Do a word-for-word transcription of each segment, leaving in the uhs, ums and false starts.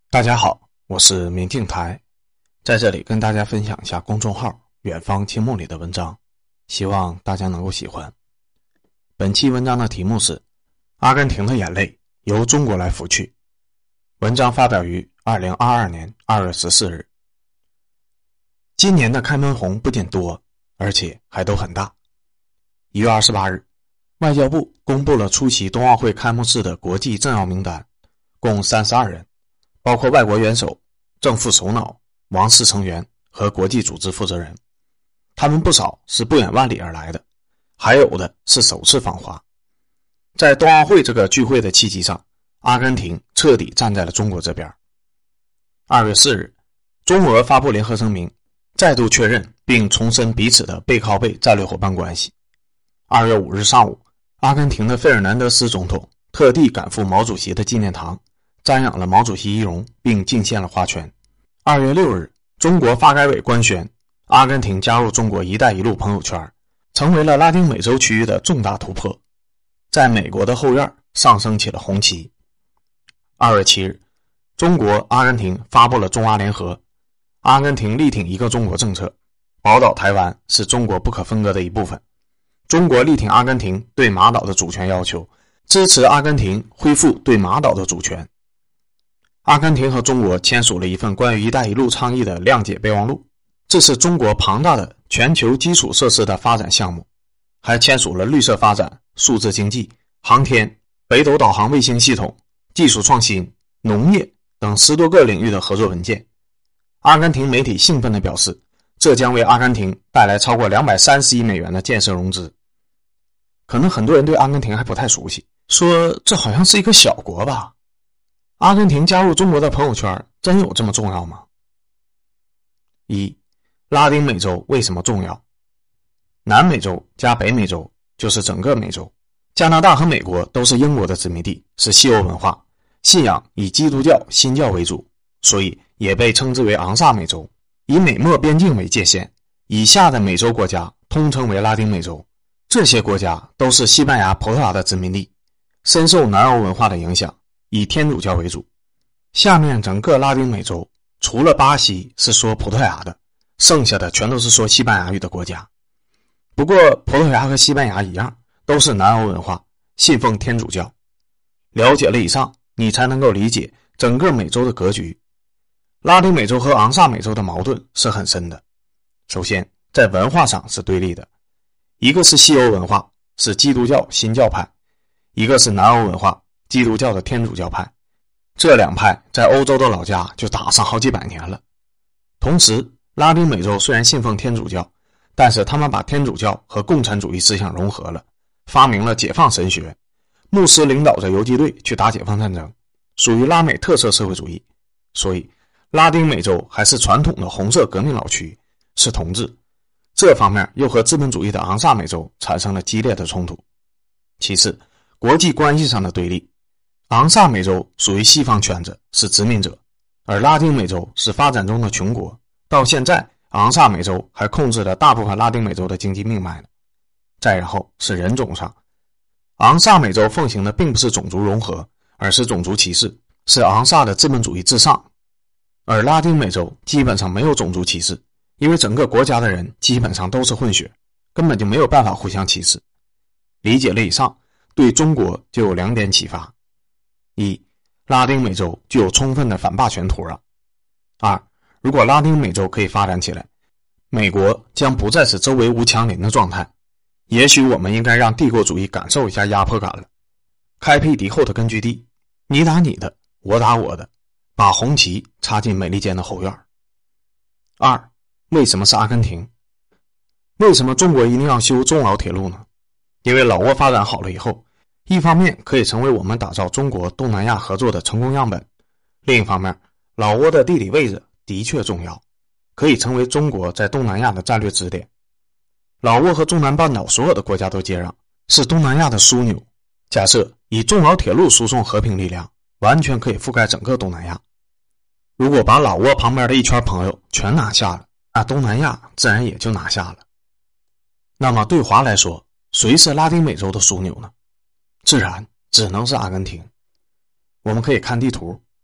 大家好，我是明镜台，在这里跟大家分享一下公众号远方清梦里的文章，希望大家能够喜欢。本期文章的题目是阿根廷的眼泪由中国来抚去，文章发表于二零二二年二月十四日。今年的开门红不仅多，而且还都很大。一月二十八日，外交部公布了出席冬奥会开幕式的国际政要名单，共三十二人，包括外国元首、政府首脑、王室成员和国际组织负责人。他们不少是不远万里而来的，还有的是首次访华。在冬奥会这个聚会的契机上，阿根廷彻底站在了中国这边。二月四日，中俄发布联合声明，再度确认并重申彼此的背靠背战略伙伴关系。二月五日上午，阿根廷的费尔南德斯总统特地赶赴毛主席的纪念堂，瞻仰了毛主席遗容并敬献了花圈。二月六日，中国发改委官宣阿根廷加入中国一带一路朋友圈，成为了拉丁美洲区域的重大突破，在美国的后院上升起了红旗。二月七日，中国阿根廷发布了中阿联合，阿根廷力挺一个中国政策，宝岛台湾是中国不可分割的一部分。中国力挺阿根廷对马岛的主权要求，支持阿根廷恢复对马岛的主权。阿根廷和中国签署了一份关于一带一路倡议的谅解备忘录，这是中国庞大的全球基础设施的发展项目，还签署了绿色发展、数字经济、航天、北斗导航卫星系统、技术创新、农业等十多个领域的合作文件。阿根廷媒体兴奋地表示，这将为阿根廷带来超过两百三十亿美元的建设融资。可能很多人对阿根廷还不太熟悉，说这好像是一个小国吧。阿根廷加入中国的朋友圈真有这么重要吗？一、拉丁美洲为什么重要？南美洲加北美洲就是整个美洲。加拿大和美国都是英国的殖民地，是西欧文化，信仰以基督教新教为主，所以也被称之为昂萨美洲。以美墨边境为界限，以下的美洲国家通称为拉丁美洲。这些国家都是西班牙、葡萄牙的殖民地，深受南欧文化的影响，以天主教为主。下面整个拉丁美洲除了巴西是说葡萄牙的，剩下的全都是说西班牙语的国家。不过葡萄牙和西班牙一样，都是南欧文化，信奉天主教。了解了以上，你才能够理解整个美洲的格局。拉丁美洲和昂萨美洲的矛盾是很深的。首先，在文化上是对立的，一个是西欧文化，是基督教新教派，一个是南欧文化，基督教的天主教派。这两派在欧洲的老家就打上好几百年了。同时，拉丁美洲虽然信奉天主教，但是他们把天主教和共产主义思想融合了，发明了解放神学，牧师领导着游击队去打解放战争，属于拉美特色社会主义。所以拉丁美洲还是传统的红色革命老区，是同志。这方面又和资本主义的昂萨美洲产生了激烈的冲突。其次，国际关系上的对立，昂萨美洲属于西方圈子，是殖民者，而拉丁美洲是发展中的穷国，到现在昂萨美洲还控制了大部分拉丁美洲的经济命脉呢。再然后是人种上，昂萨美洲奉行的并不是种族融合，而是种族歧视，是昂萨的资本主义至上。而拉丁美洲基本上没有种族歧视，因为整个国家的人基本上都是混血，根本就没有办法互相歧视。理解了以上，对中国就有两点启发：一、拉丁美洲具有充分的反霸权土壤；二、如果拉丁美洲可以发展起来，美国将不再是周围无强邻的状态。也许我们应该让帝国主义感受一下压迫感了，开辟敌后的根据地，你打你的，我打我的，把红旗插进美利坚的后院。二、为什么是阿根廷？为什么中国一定要修中老铁路呢？因为老挝发展好了以后，一方面可以成为我们打造中国东南亚合作的成功样本，另一方面，老挝的地理位置的确重要，可以成为中国在东南亚的战略支点。老挝和中南半岛所有的国家都接壤，是东南亚的枢纽。假设以中老铁路输送和平力量，完全可以覆盖整个东南亚。如果把老挝旁边的一圈朋友全拿下了，那东南亚自然也就拿下了。那么对华来说，谁是拉丁美洲的枢纽呢？自然只能是阿根廷。我们可以看地图，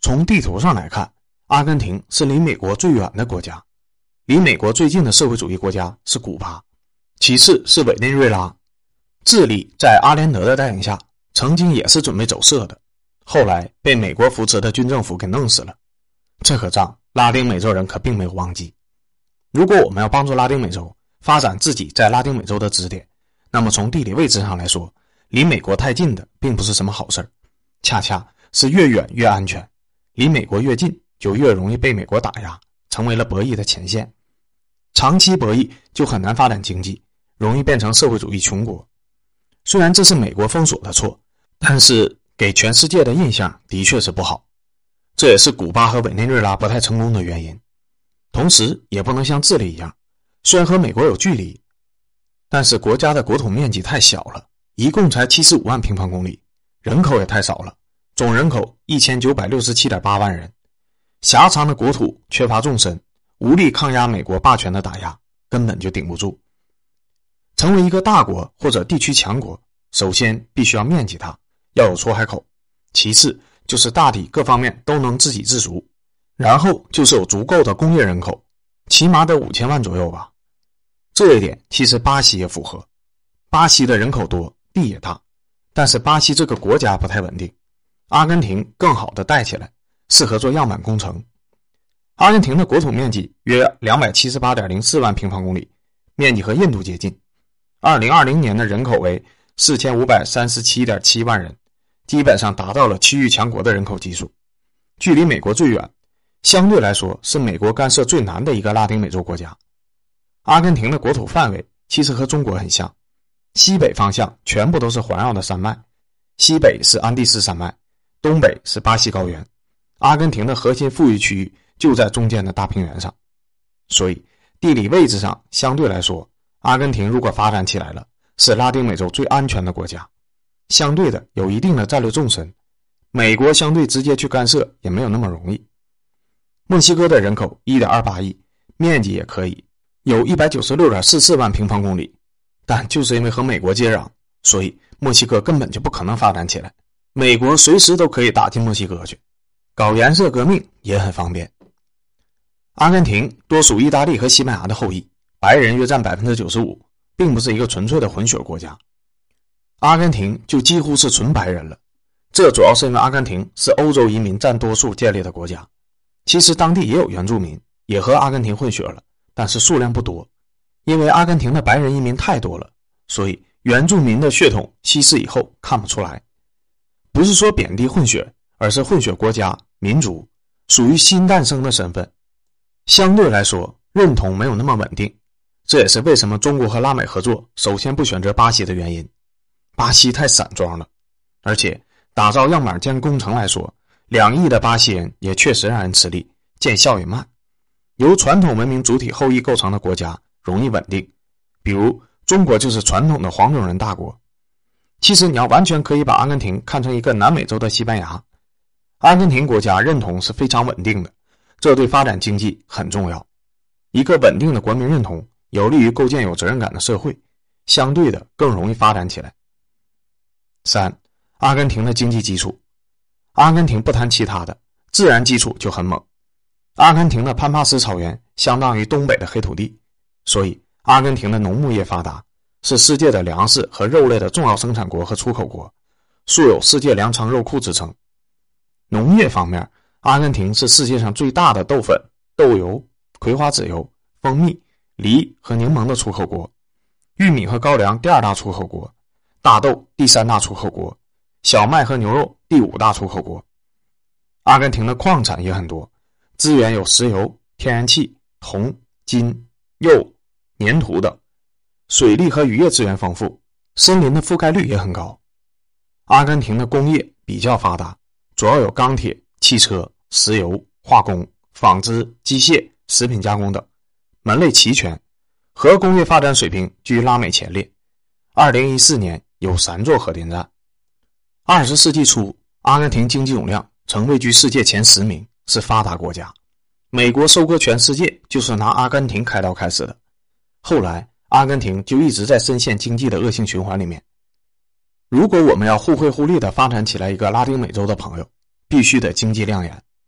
从地图上来看，阿根廷是离美国最远的国家，离美国最近的社会主义国家是古巴，其次是委内瑞拉。智利在阿连德的带领下曾经也是准备走色的，后来被美国扶持的军政府给弄死了。这个仗拉丁美洲人可并没有忘记。如果我们要帮助拉丁美洲发展自己在拉丁美洲的支点，那么从地理位置上来说，离美国太近的并不是什么好事，恰恰是越远越安全，离美国越近就越容易被美国打压，成为了博弈的前线。长期博弈就很难发展经济，容易变成社会主义穷国。虽然这是美国封锁的错，但是给全世界的印象的确是不好，这也是古巴和委内瑞拉不太成功的原因。同时也不能像智利一样，虽然和美国有距离，但是国家的国土面积太小了，一共才七十五万平方公里，人口也太少了，总人口 一千九百六十七点八万人，狭长的国土缺乏纵深，无力抗压美国霸权的打压，根本就顶不住。成为一个大国或者地区强国，首先必须要面积大，要有出海口，其次就是大体各方面都能自给自足，然后就是有足够的工业人口，起码得五千万左右吧。这一点其实巴西也符合，巴西的人口多，地也大，但是巴西这个国家不太稳定，阿根廷更好的带起来，适合做样板工程。阿根廷的国土面积约 两百七十八点零四万平方公里，面积和印度接近。二零二零年的人口为 四千五百三十七点七万人，基本上达到了区域强国的人口基数，距离美国最远，相对来说是美国干涉最难的一个拉丁美洲国家。阿根廷的国土范围其实和中国很像，西北方向全部都是环绕的山脉，西北是安第斯山脉，东北是巴西高原，阿根廷的核心富裕区域就在中间的大平原上，所以地理位置上相对来说，阿根廷如果发展起来了，是拉丁美洲最安全的国家，相对的有一定的战略纵深，美国相对直接去干涉也没有那么容易。墨西哥的人口 一点二八亿，面积也可以，有 一百九十六点四四万平方公里，但就是因为和美国接壤，所以墨西哥根本就不可能发展起来，美国随时都可以打进墨西哥去，搞颜色革命也很方便。阿根廷多属意大利和西班牙的后裔，白人约占 百分之九十五， 并不是一个纯粹的混血国家。阿根廷就几乎是纯白人了，这主要是因为阿根廷是欧洲移民占多数建立的国家，其实当地也有原住民，也和阿根廷混血了，但是数量不多，因为阿根廷的白人移民太多了，所以原住民的血统稀释以后看不出来。不是说贬低混血，而是混血国家民族属于新诞生的身份，相对来说认同没有那么稳定，这也是为什么中国和拉美合作首先不选择巴西的原因。巴西太散装了，而且打造样板间工程来说，两亿的巴西人也确实让人吃力，见效也慢。由传统文明主体后裔构成的国家容易稳定，比如中国就是传统的黄种人大国。其实你要完全可以把阿根廷看成一个南美洲的西班牙，阿根廷国家认同是非常稳定的，这对发展经济很重要。一个稳定的国民认同有利于构建有责任感的社会，相对的更容易发展起来。三、阿根廷的经济基础。阿根廷不谈其他的，自然基础就很猛。阿根廷的潘帕斯草原相当于东北的黑土地，所以阿根廷的农牧业发达，是世界的粮食和肉类的重要生产国和出口国，素有世界粮仓肉库之称。农业方面，阿根廷是世界上最大的豆粉、豆油、葵花籽油、蜂蜜、梨和柠檬的出口国，玉米和高粱第二大出口国，大豆第三大出口国，小麦和牛肉第五大出口国。阿根廷的矿产也很多，资源有石油、天然气、铜、金、铀、粘土等，水利和渔业资源丰富，森林的覆盖率也很高。阿根廷的工业比较发达，主要有钢铁、汽车、石油、化工、纺织、机械、食品加工等，门类齐全，核工业发展水平居拉美前列。二零一四年有三座核电站。二十世纪初，阿根廷经济总量曾位居世界前十名，是发达国家。美国收割全世界就是拿阿根廷开刀开始的，后来阿根廷就一直在深陷经济的恶性循环里面。如果我们要互惠互利的发展起来一个拉丁美洲的朋友，必须得经济亮眼，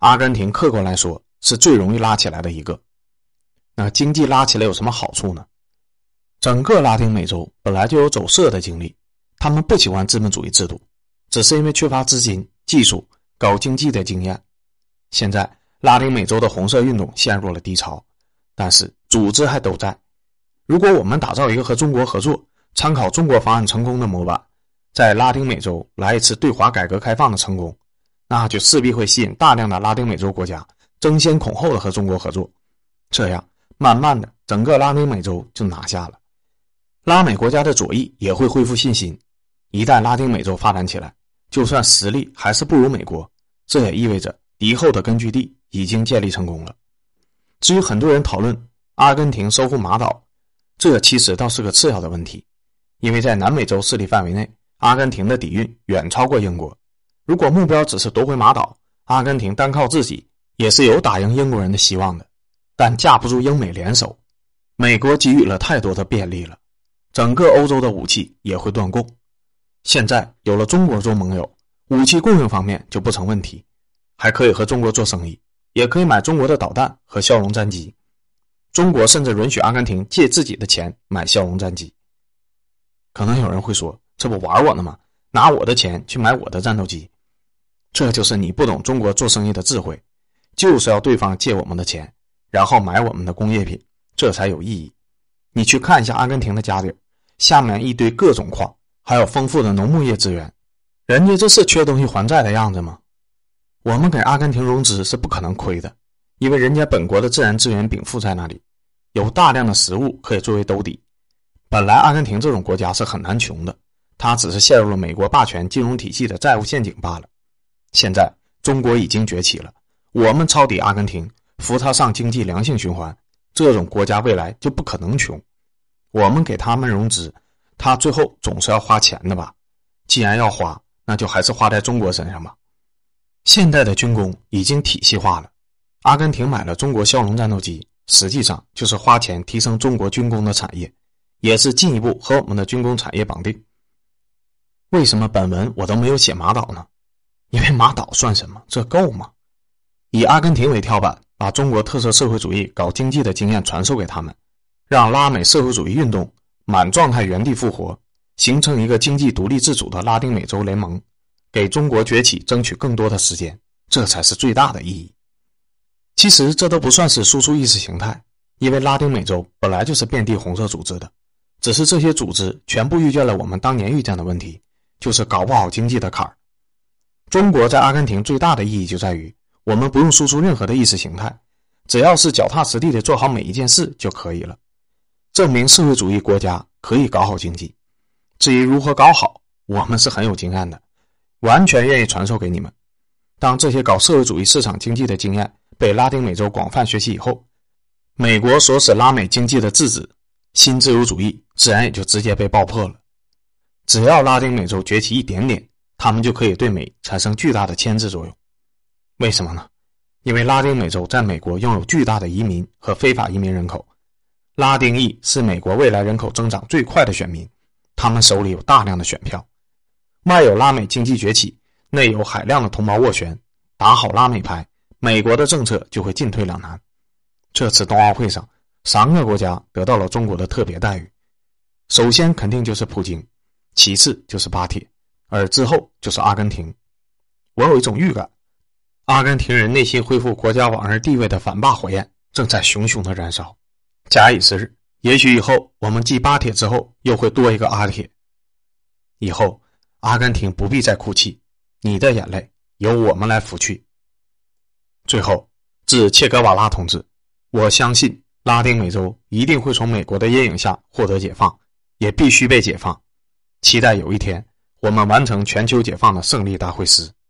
阿根廷客观来说是最容易拉起来的一个。那经济拉起来有什么好处呢？整个拉丁美洲本来就有走色的经历，他们不喜欢资本主义制度，只是因为缺乏资金、技术、搞经济的经验。现在拉丁美洲的红色运动陷入了低潮，但是组织还都在。如果我们打造一个和中国合作、参考中国方案成功的模板，在拉丁美洲来一次对华改革开放的成功，那就势必会吸引大量的拉丁美洲国家争先恐后的和中国合作，这样慢慢的整个拉丁美洲就拿下了。拉美国家的左翼也会恢复信心，一旦拉丁美洲发展起来，就算实力还是不如美国，这也意味着敌后的根据地已经建立成功了。至于很多人讨论阿根廷收复马岛，这其实倒是个次要的问题，因为在南美洲势力范围内，阿根廷的底蕴远超过英国。如果目标只是夺回马岛，阿根廷单靠自己也是有打赢英国人的希望的，但架不住英美联手，美国给予了太多的便利了，整个欧洲的武器也会断供。现在有了中国做盟友，武器供应方面就不成问题，还可以和中国做生意，也可以买中国的导弹和枭龙战机。中国甚至允许阿根廷借自己的钱买枭龙战机。可能有人会说，这不玩我呢吗？拿我的钱去买我的战斗机。这就是你不懂中国做生意的智慧，就是要对方借我们的钱，然后买我们的工业品，这才有意义。你去看一下阿根廷的家底，下面一堆各种矿，还有丰富的农牧业资源，人家这是缺东西还债的样子吗？我们给阿根廷融资是不可能亏的，因为人家本国的自然资源禀赋在那里，有大量的食物可以作为兜底。本来阿根廷这种国家是很难穷的，它只是陷入了美国霸权金融体系的债务陷阱罢了。现在中国已经崛起了，我们抄底阿根廷，扶它上经济良性循环，这种国家未来就不可能穷。我们给他们融资，他最后总是要花钱的吧？既然要花，那就还是花在中国身上吧。现代的军工已经体系化了，阿根廷买了中国枭龙战斗机，实际上就是花钱提升中国军工的产业，也是进一步和我们的军工产业绑定。为什么本文我都没有写马岛呢？因为马岛算什么？这够吗？以阿根廷为跳板，把中国特色社会主义搞经济的经验传授给他们，让拉美社会主义运动满状态原地复活，形成一个经济独立自主的拉丁美洲联盟，给中国崛起争取更多的时间，这才是最大的意义。其实这都不算是输出意识形态，因为拉丁美洲本来就是遍地红色组织的，只是这些组织全部遇见了我们当年遇见的问题，就是搞不好经济的坎儿。中国在阿根廷最大的意义就在于，我们不用输出任何的意识形态，只要是脚踏实地的做好每一件事就可以了，证明社会主义国家可以搞好经济。至于如何搞好，我们是很有经验的，完全愿意传授给你们。当这些搞社会主义市场经济的经验被拉丁美洲广泛学习以后，美国所使拉美经济的制止，新自由主义自然也就直接被爆破了。只要拉丁美洲崛起一点点，他们就可以对美产生巨大的牵制作用。为什么呢？因为拉丁美洲在美国拥有巨大的移民和非法移民人口，拉丁裔是美国未来人口增长最快的选民，他们手里有大量的选票。外有拉美经济崛起，内有海量的同胞斡旋，打好拉美牌，美国的政策就会进退两难。这次冬奥会上，三个国家得到了中国的特别待遇，首先肯定就是普京，其次就是巴铁，而之后就是阿根廷。我有一种预感，阿根廷人内心恢复国家往日地位的反霸火焰正在熊熊的燃烧。假以时日，也许以后我们继巴铁之后又会多一个阿铁。以后阿根廷不必再哭泣，你的眼泪由我们来抚去。最后，致切格瓦拉同志，我相信拉丁美洲一定会从美国的阴影下获得解放，也必须被解放。期待有一天我们完成全球解放的胜利大会师。